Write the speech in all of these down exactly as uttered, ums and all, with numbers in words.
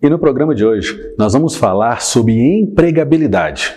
E no programa de hoje, nós vamos falar sobre empregabilidade.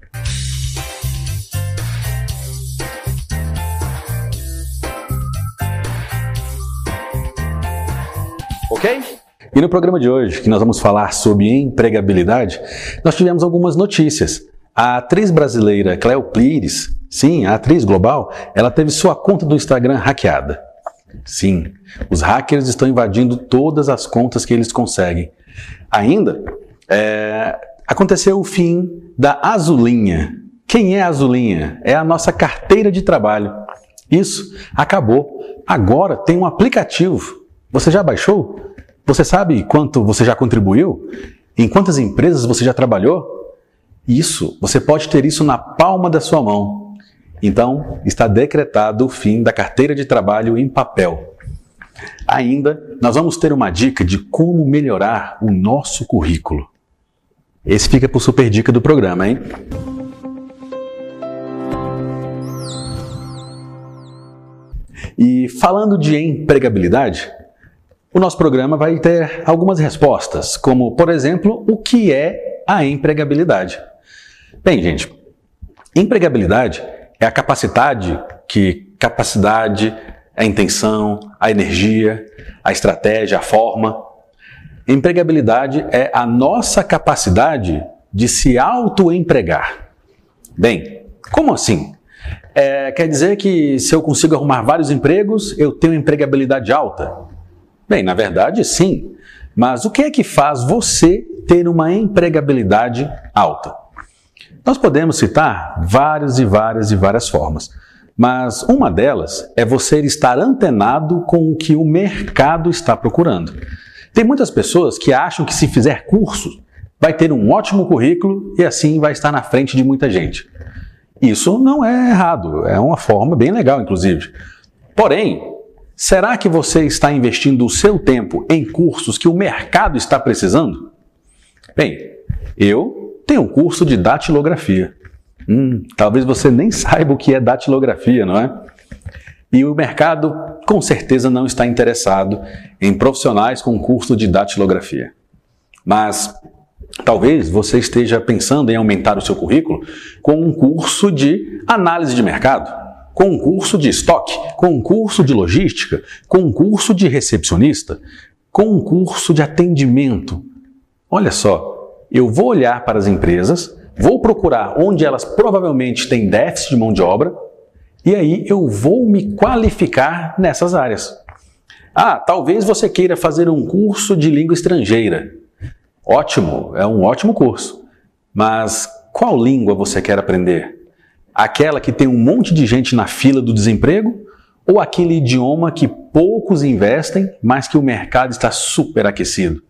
Ok? E no programa de hoje, que nós vamos falar sobre empregabilidade, nós tivemos algumas notícias. A atriz brasileira Cleo Pires, sim, a atriz global, ela teve sua conta do Instagram hackeada. Sim, os hackers estão invadindo todas as contas que eles conseguem. Ainda, é, aconteceu o fim da Azulinha. Quem é a Azulinha? É a nossa carteira de trabalho. Isso, acabou. Agora tem um aplicativo. Você já baixou? Você sabe quanto você já contribuiu? Em quantas empresas você já trabalhou? Isso, você pode ter isso na palma da sua mão. Então, está decretado o fim da carteira de trabalho em papel. Ainda, nós vamos ter uma dica de como melhorar o nosso currículo. Esse fica por super dica do programa, hein? E falando de empregabilidade, o nosso programa vai ter algumas respostas, como, por exemplo, o que é a empregabilidade? Bem, gente, empregabilidade é a capacidade que capacidade, a intenção, a energia, a estratégia, a forma. Empregabilidade é a nossa capacidade de se autoempregar. Bem, como assim? É, quer dizer que se eu consigo arrumar vários empregos, eu tenho empregabilidade alta? Bem, na verdade, sim. Mas o que é que faz você ter uma empregabilidade alta? Nós podemos citar várias e várias e várias formas. Mas uma delas é você estar antenado com o que o mercado está procurando. Tem muitas pessoas que acham que se fizer cursos, vai ter um ótimo currículo e assim vai estar na frente de muita gente. Isso não é errado, é uma forma bem legal, inclusive. Porém, será que você está investindo o seu tempo em cursos que o mercado está precisando? Bem, eu tenho um curso de datilografia. Hum, talvez você nem saiba o que é datilografia, não é? E o mercado, com certeza, não está interessado em profissionais com curso de datilografia. Mas talvez você esteja pensando em aumentar o seu currículo com um curso de análise de mercado, com um curso de estoque, com um curso de logística, com um curso de recepcionista, com um curso de atendimento. Olha só, eu vou olhar para as empresas, vou procurar onde elas provavelmente têm déficit de mão de obra e aí eu vou me qualificar nessas áreas. Ah, talvez você queira fazer um curso de língua estrangeira. Ótimo, é um ótimo curso. Mas qual língua você quer aprender? Aquela que tem um monte de gente na fila do desemprego ou aquele idioma que poucos investem, mas que o mercado está super aquecido?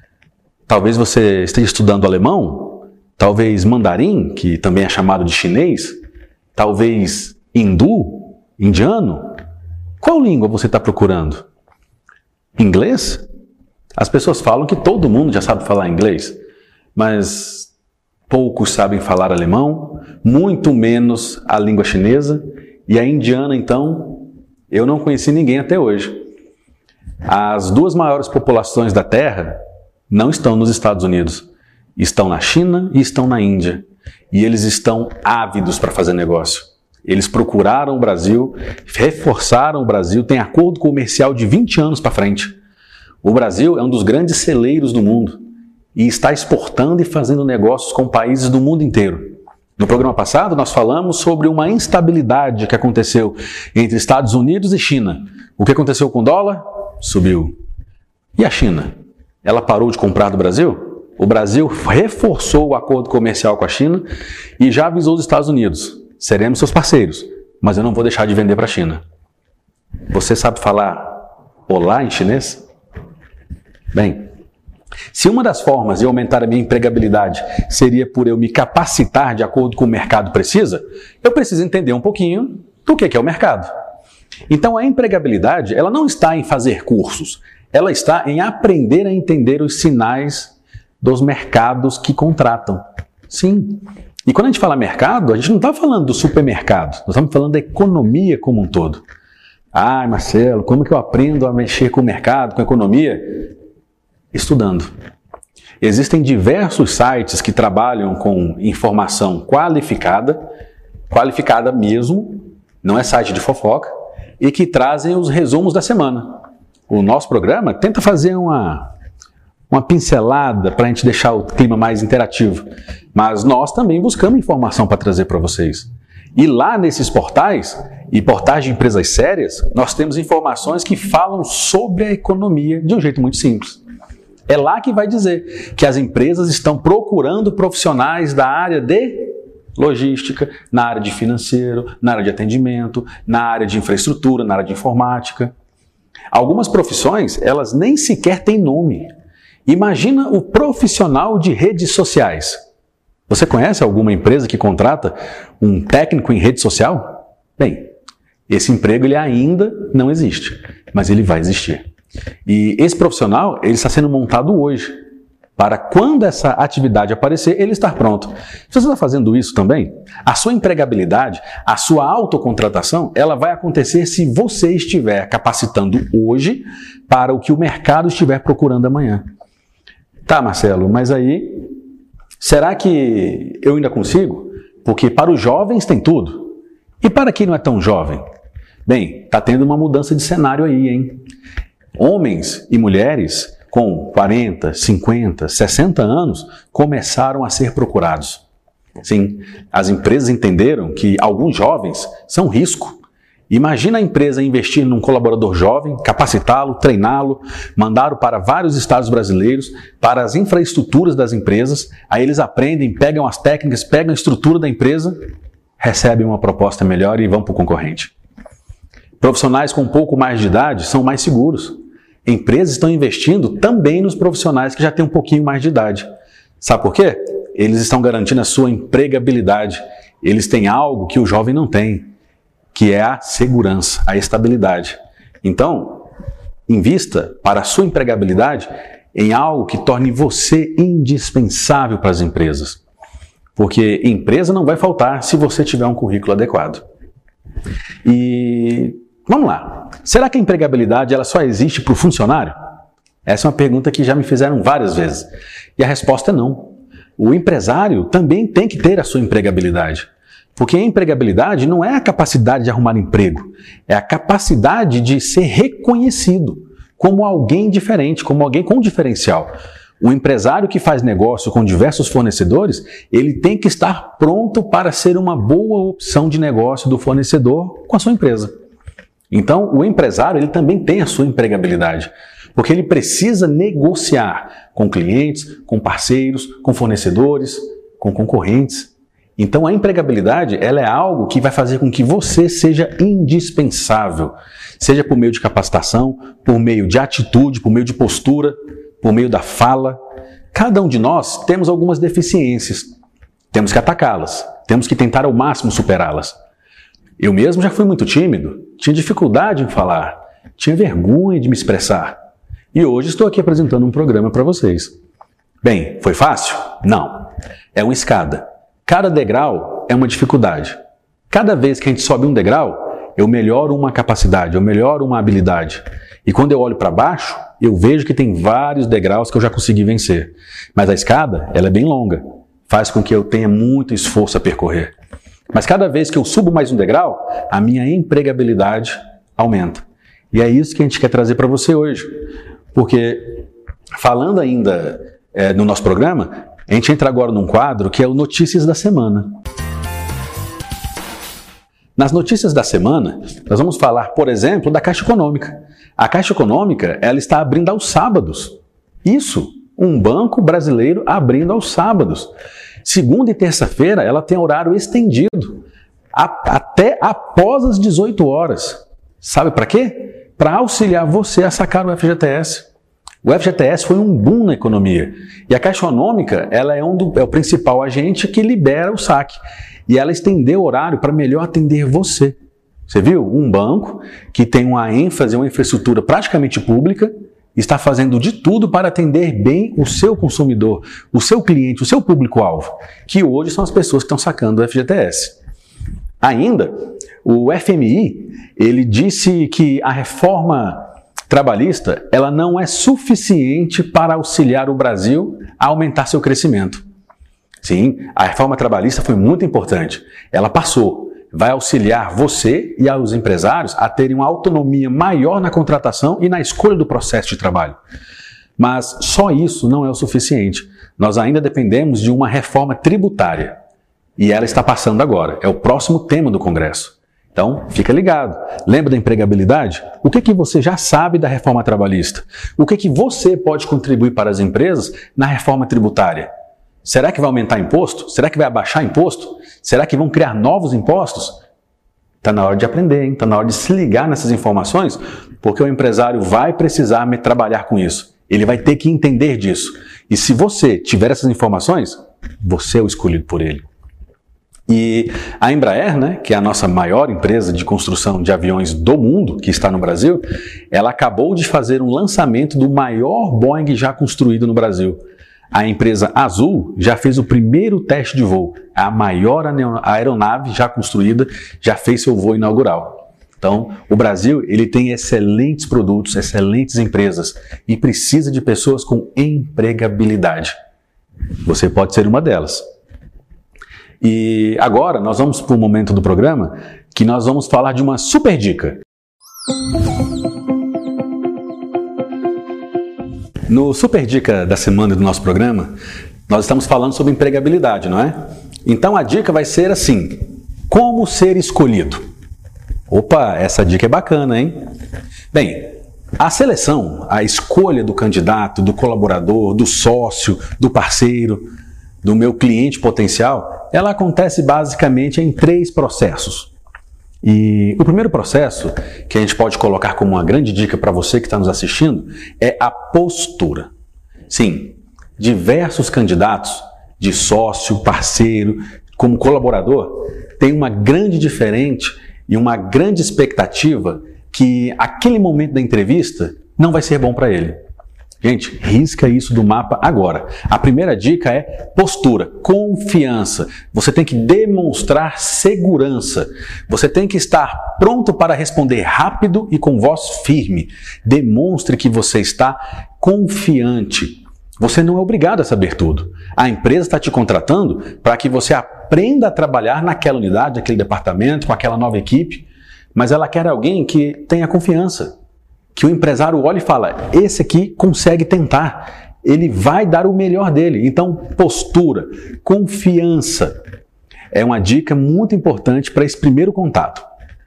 Talvez você esteja estudando alemão, talvez mandarim, que também é chamado de chinês, talvez hindu, indiano. Qual língua você está procurando? Inglês? As pessoas falam que todo mundo já sabe falar inglês, mas poucos sabem falar alemão, muito menos a língua chinesa, e a indiana, então, eu não conheci ninguém até hoje. As duas maiores populações da Terra não estão nos Estados Unidos, estão na China e estão na Índia, e eles estão ávidos para fazer negócio. Eles procuraram o Brasil, reforçaram o Brasil, tem acordo comercial de vinte anos para frente. O Brasil é um dos grandes celeiros do mundo e está exportando e fazendo negócios com países do mundo inteiro. No programa passado, nós falamos sobre uma instabilidade que aconteceu entre Estados Unidos e China. O que aconteceu com o dólar? Subiu. E a China? Ela parou de comprar do Brasil? O Brasil reforçou o acordo comercial com a China e já avisou os Estados Unidos. Seremos seus parceiros, mas eu não vou deixar de vender para a China. Você sabe falar olá em chinês? Bem, se uma das formas de aumentar a minha empregabilidade seria por eu me capacitar de acordo com o mercado precisa, eu preciso entender um pouquinho do que é o mercado. Então a empregabilidade, ela não está em fazer cursos, ela está em aprender a entender os sinais dos mercados que contratam. Sim. E quando a gente fala mercado, a gente não está falando do supermercado, nós estamos falando da economia como um todo. Ah, Marcelo, como que eu aprendo a mexer com o mercado, com a economia? Estudando. Existem diversos sites que trabalham com informação qualificada, qualificada mesmo, não é site de fofoca, e que trazem os resumos da semana. O nosso programa tenta fazer uma, uma pincelada para a gente deixar o clima mais interativo, mas nós também buscamos informação para trazer para vocês. E lá nesses portais, e portais de empresas sérias, nós temos informações que falam sobre a economia de um jeito muito simples. É lá que vai dizer que as empresas estão procurando profissionais da área de logística, na área de financeiro, na área de atendimento, na área de infraestrutura, na área de informática. Algumas profissões, elas nem sequer têm nome. Imagina o profissional de redes sociais. Você conhece alguma empresa que contrata um técnico em rede social? Bem, esse emprego ele ainda não existe, mas ele vai existir. E esse profissional ele está sendo montado hoje, para quando essa atividade aparecer, ele estar pronto. Se você está fazendo isso também, a sua empregabilidade, a sua autocontratação, ela vai acontecer se você estiver capacitando hoje para o que o mercado estiver procurando amanhã. Tá, Marcelo, mas aí, será que eu ainda consigo? Porque para os jovens tem tudo. E para quem não é tão jovem? Bem, está tendo uma mudança de cenário aí, hein? Homens e mulheres com quarenta, cinquenta, sessenta anos começaram a ser procurados. Sim, as empresas entenderam que alguns jovens são risco. Imagina a empresa investir num colaborador jovem, capacitá-lo, treiná-lo, mandá-lo para vários estados brasileiros, para as infraestruturas das empresas, aí eles aprendem, pegam as técnicas, pegam a estrutura da empresa, recebem uma proposta melhor e vão para o concorrente. Profissionais com um pouco mais de idade são mais seguros. Empresas estão investindo também nos profissionais que já têm um pouquinho mais de idade. Sabe por quê? Eles estão garantindo a sua empregabilidade. Eles têm algo que o jovem não tem, que é a segurança, a estabilidade. Então, invista para a sua empregabilidade em algo que torne você indispensável para as empresas. Porque empresa não vai faltar se você tiver um currículo adequado. E vamos lá. Será que a empregabilidade ela só existe para o funcionário? Essa é uma pergunta que já me fizeram várias vezes. E a resposta é não. O empresário também tem que ter a sua empregabilidade. Porque a empregabilidade não é a capacidade de arrumar emprego, é a capacidade de ser reconhecido como alguém diferente, como alguém com diferencial. O empresário que faz negócio com diversos fornecedores, ele tem que estar pronto para ser uma boa opção de negócio do fornecedor com a sua empresa. Então, o empresário ele também tem a sua empregabilidade, porque ele precisa negociar com clientes, com parceiros, com fornecedores, com concorrentes. Então, a empregabilidade ela é algo que vai fazer com que você seja indispensável, seja por meio de capacitação, por meio de atitude, por meio de postura, por meio da fala. Cada um de nós temos algumas deficiências, temos que atacá-las, temos que tentar ao máximo superá-las. Eu mesmo já fui muito tímido, tinha dificuldade em falar, tinha vergonha de me expressar. E hoje estou aqui apresentando um programa para vocês. Bem, foi fácil? Não. É uma escada. Cada degrau é uma dificuldade. Cada vez que a gente sobe um degrau, eu melhoro uma capacidade, eu melhoro uma habilidade. E quando eu olho para baixo, eu vejo que tem vários degraus que eu já consegui vencer. Mas a escada, ela é bem longa, faz com que eu tenha muito esforço a percorrer. Mas cada vez que eu subo mais um degrau, a minha empregabilidade aumenta. E é isso que a gente quer trazer para você hoje. Porque, falando ainda é, no nosso programa, a gente entra agora num quadro que é o Notícias da Semana. Nas notícias da semana, nós vamos falar, por exemplo, da Caixa Econômica. A Caixa Econômica ela está abrindo aos sábados. Isso, um banco brasileiro abrindo aos sábados. Segunda e terça-feira ela tem horário estendido, a, até após as dezoito horas. Sabe para quê? Para auxiliar você a sacar o F G T S. O F G T S foi um boom na economia. E a Caixa Econômica ela é, um do, é o principal agente que libera o saque. E ela estendeu o horário para melhor atender você. Você viu? Um banco que tem uma ênfase, uma infraestrutura praticamente pública, está fazendo de tudo para atender bem o seu consumidor, o seu cliente, o seu público-alvo, que hoje são as pessoas que estão sacando o F G T S. Ainda, o F M I, ele disse que a reforma trabalhista, ela não é suficiente para auxiliar o Brasil a aumentar seu crescimento. Sim, a reforma trabalhista foi muito importante. Ela passou, vai auxiliar você e os empresários a terem uma autonomia maior na contratação e na escolha do processo de trabalho. Mas só isso não é o suficiente. Nós ainda dependemos de uma reforma tributária. E ela está passando agora. É o próximo tema do Congresso. Então, fica ligado. Lembra da empregabilidade? O que, que você já sabe da reforma trabalhista? O que, que você pode contribuir para as empresas na reforma tributária? Será que vai aumentar imposto? Será que vai abaixar imposto? Será que vão criar novos impostos? Está na hora de aprender, hein? Está na hora de se ligar nessas informações, porque o empresário vai precisar me trabalhar com isso. Ele vai ter que entender disso. E se você tiver essas informações, você é o escolhido por ele. E a Embraer, né, que é a nossa maior empresa de construção de aviões do mundo, que está no Brasil, ela acabou de fazer um lançamento do maior Boeing já construído no Brasil. A empresa Azul já fez o primeiro teste de voo. A maior aeronave já construída já fez seu voo inaugural. Então, o Brasil ele tem excelentes produtos, excelentes empresas e precisa de pessoas com empregabilidade. Você pode ser uma delas. E agora nós vamos para o momento do programa que nós vamos falar de uma super dica. No Super Dica da semana do nosso programa, nós estamos falando sobre empregabilidade, não é? Então a dica vai ser assim: como ser escolhido? Opa, essa dica é bacana, hein? Bem, a seleção, a escolha do candidato, do colaborador, do sócio, do parceiro, do meu cliente potencial, ela acontece basicamente em três processos. E o primeiro processo, que a gente pode colocar como uma grande dica para você que está nos assistindo, é a postura. Sim, diversos candidatos de sócio, parceiro, como colaborador, têm uma grande diferença e uma grande expectativa que aquele momento da entrevista não vai ser bom para ele. Gente, risca isso do mapa agora. A primeira dica é postura, confiança. Você tem que demonstrar segurança. Você tem que estar pronto para responder rápido e com voz firme. Demonstre que você está confiante. Você não é obrigado a saber tudo. A empresa está te contratando para que você aprenda a trabalhar naquela unidade, naquele departamento, com aquela nova equipe, mas ela quer alguém que tenha confiança. Que o empresário olha e fala, esse aqui consegue tentar, ele vai dar o melhor dele. Então, postura, confiança é uma dica muito importante para esse primeiro contato.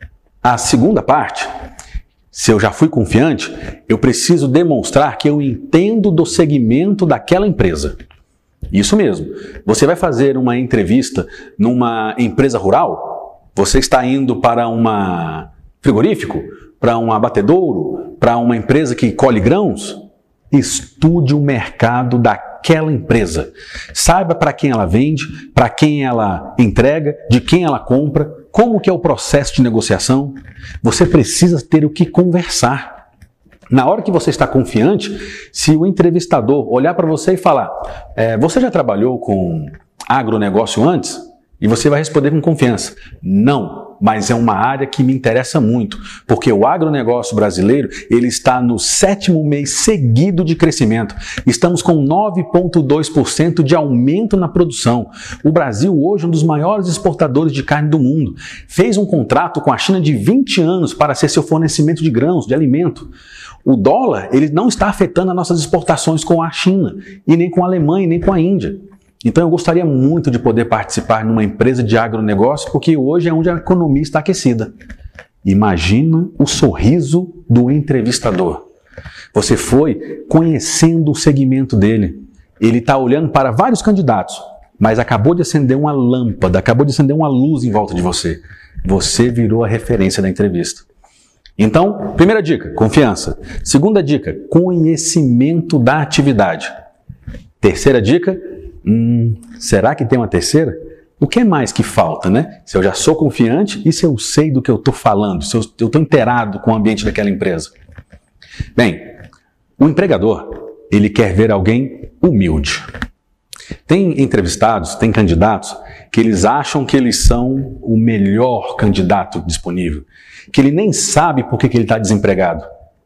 A segunda parte, se eu já fui confiante, eu preciso demonstrar que eu entendo do segmento daquela empresa. Isso mesmo, você vai fazer uma entrevista numa empresa rural? Você está indo para um frigorífico? Para um abatedouro, para uma empresa que colhe grãos, estude o mercado daquela empresa. Saiba para quem ela vende, para quem ela entrega, de quem ela compra, como que é o processo de negociação. Você precisa ter o que conversar. Na hora que você está confiante, se o entrevistador olhar para você e falar, é, você já trabalhou com agronegócio antes? E você vai responder com confiança, não. Mas é uma área que me interessa muito, porque o agronegócio brasileiro ele está no sétimo mês seguido de crescimento. Estamos com nove vírgula dois por cento de aumento na produção. O Brasil hoje é um dos maiores exportadores de carne do mundo. Fez um contrato com a China de vinte anos para ser seu fornecimento de grãos, de alimento. O dólar ele não está afetando as nossas exportações com a China, e nem com a Alemanha, nem com a Índia. Então eu gostaria muito de poder participar numa empresa de agronegócio, porque hoje é onde a economia está aquecida. Imagina o sorriso do entrevistador. Você foi conhecendo o segmento dele. Ele está olhando para vários candidatos, mas acabou de acender uma lâmpada, acabou de acender uma luz em volta de você. Você virou a referência da entrevista. Então, primeira dica, confiança. Segunda dica, conhecimento da atividade. Terceira dica, Hum, será que tem uma terceira? O que é mais que falta, né? Se eu já sou confiante e se eu sei do que eu estou falando, se eu estou inteirado com o ambiente daquela empresa. Bem, o empregador, ele quer ver alguém humilde. Tem entrevistados, tem candidatos que eles acham que eles são o melhor candidato disponível, que ele nem sabe por que, que ele está desempregado.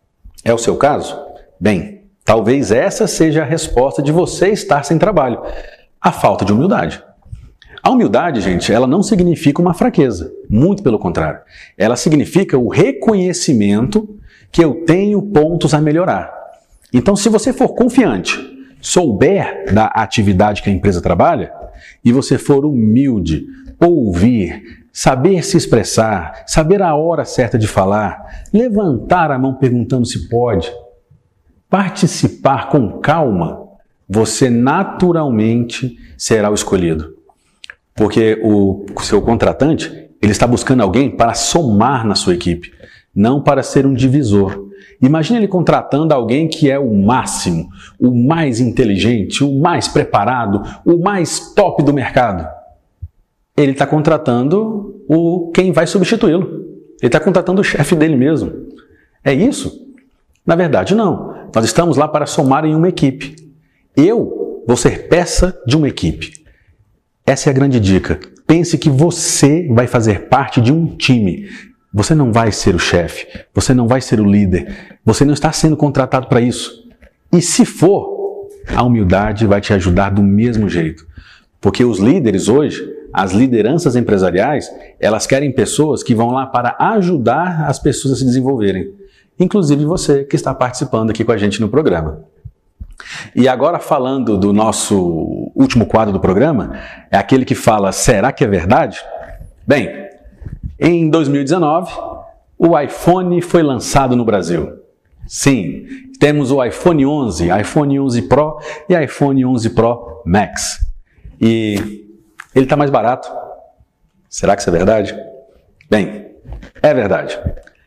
É o seu caso? Bem, talvez essa seja a resposta de você estar sem trabalho. A falta de humildade. A humildade, gente, ela não significa uma fraqueza. Muito pelo contrário. Ela significa o reconhecimento que eu tenho pontos a melhorar. Então, se você for confiante, souber da atividade que a empresa trabalha, e você for humilde, ouvir, saber se expressar, saber a hora certa de falar, levantar a mão perguntando se pode, participar com calma, você naturalmente será o escolhido. Porque o seu contratante, ele está buscando alguém para somar na sua equipe, não para ser um divisor. Imagine ele contratando alguém que é o máximo, o mais inteligente, o mais preparado, o mais top do mercado. Ele está contratando o quem vai substituí-lo. Ele está contratando o chefe dele mesmo. É isso? Na verdade, não. Nós estamos lá para somar em uma equipe. Eu vou ser peça de uma equipe. Essa é a grande dica. Pense que você vai fazer parte de um time. Você não vai ser o chefe, você não vai ser o líder, você não está sendo contratado para isso. E se for, a humildade vai te ajudar do mesmo jeito. Porque os líderes hoje, as lideranças empresariais, elas querem pessoas que vão lá para ajudar as pessoas a se desenvolverem. Inclusive você que está participando aqui com a gente no programa. E agora falando do nosso último quadro do programa, é aquele que fala, será que é verdade? Bem, em dois mil e dezenove, o iPhone foi lançado no Brasil. Sim, temos o iPhone onze, iPhone onze Pro e iPhone onze Pro Max. E ele está mais barato. Será que isso é verdade? Bem, é verdade.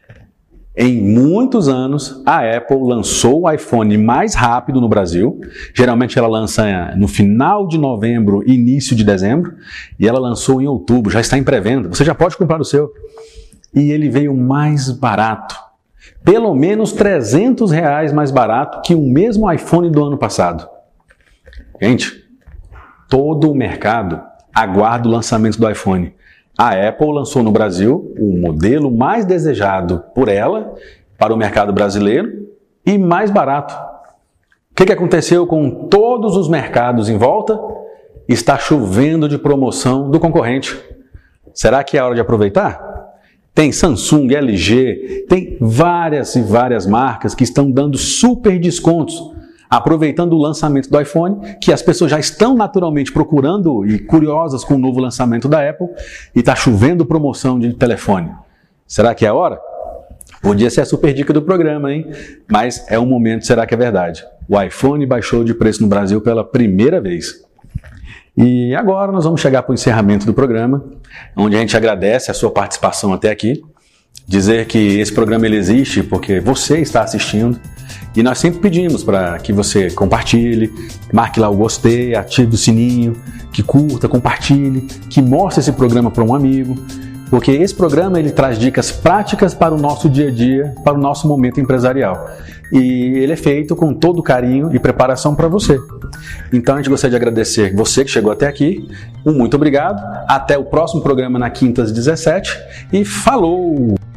Em muitos anos, a Apple lançou o iPhone mais rápido no Brasil. Geralmente ela lança no final de novembro, início de dezembro. E ela lançou em outubro, já está em pré-venda. Você já pode comprar o seu. E ele veio mais barato. Pelo menos trezentos reais mais barato que o mesmo iPhone do ano passado. Gente, todo o mercado aguarda o lançamento do iPhone. A Apple lançou no Brasil o modelo mais desejado por ela para o mercado brasileiro e mais barato. O que, que aconteceu com todos os mercados em volta? Está chovendo de promoção do concorrente. Será que é hora de aproveitar? Tem Samsung, L G, tem várias e várias marcas que estão dando super descontos, aproveitando o lançamento do iPhone, que as pessoas já estão naturalmente procurando e curiosas com o novo lançamento da Apple, e está chovendo promoção de telefone. Será que é a hora? Podia ser a super dica do programa, hein? Mas é um momento, será que é verdade? O iPhone baixou de preço no Brasil pela primeira vez. E agora nós vamos chegar para o encerramento do programa, onde a gente agradece a sua participação até aqui, dizer que esse programa ele existe porque você está assistindo, e nós sempre pedimos para que você compartilhe, marque lá o gostei, ative o sininho, que curta, compartilhe, que mostre esse programa para um amigo, porque esse programa ele traz dicas práticas para o nosso dia a dia, para o nosso momento empresarial. E ele é feito com todo carinho e preparação para você. Então a gente gostaria de agradecer você que chegou até aqui. Um muito obrigado. Até o próximo programa na quinta às dezessete. E falou!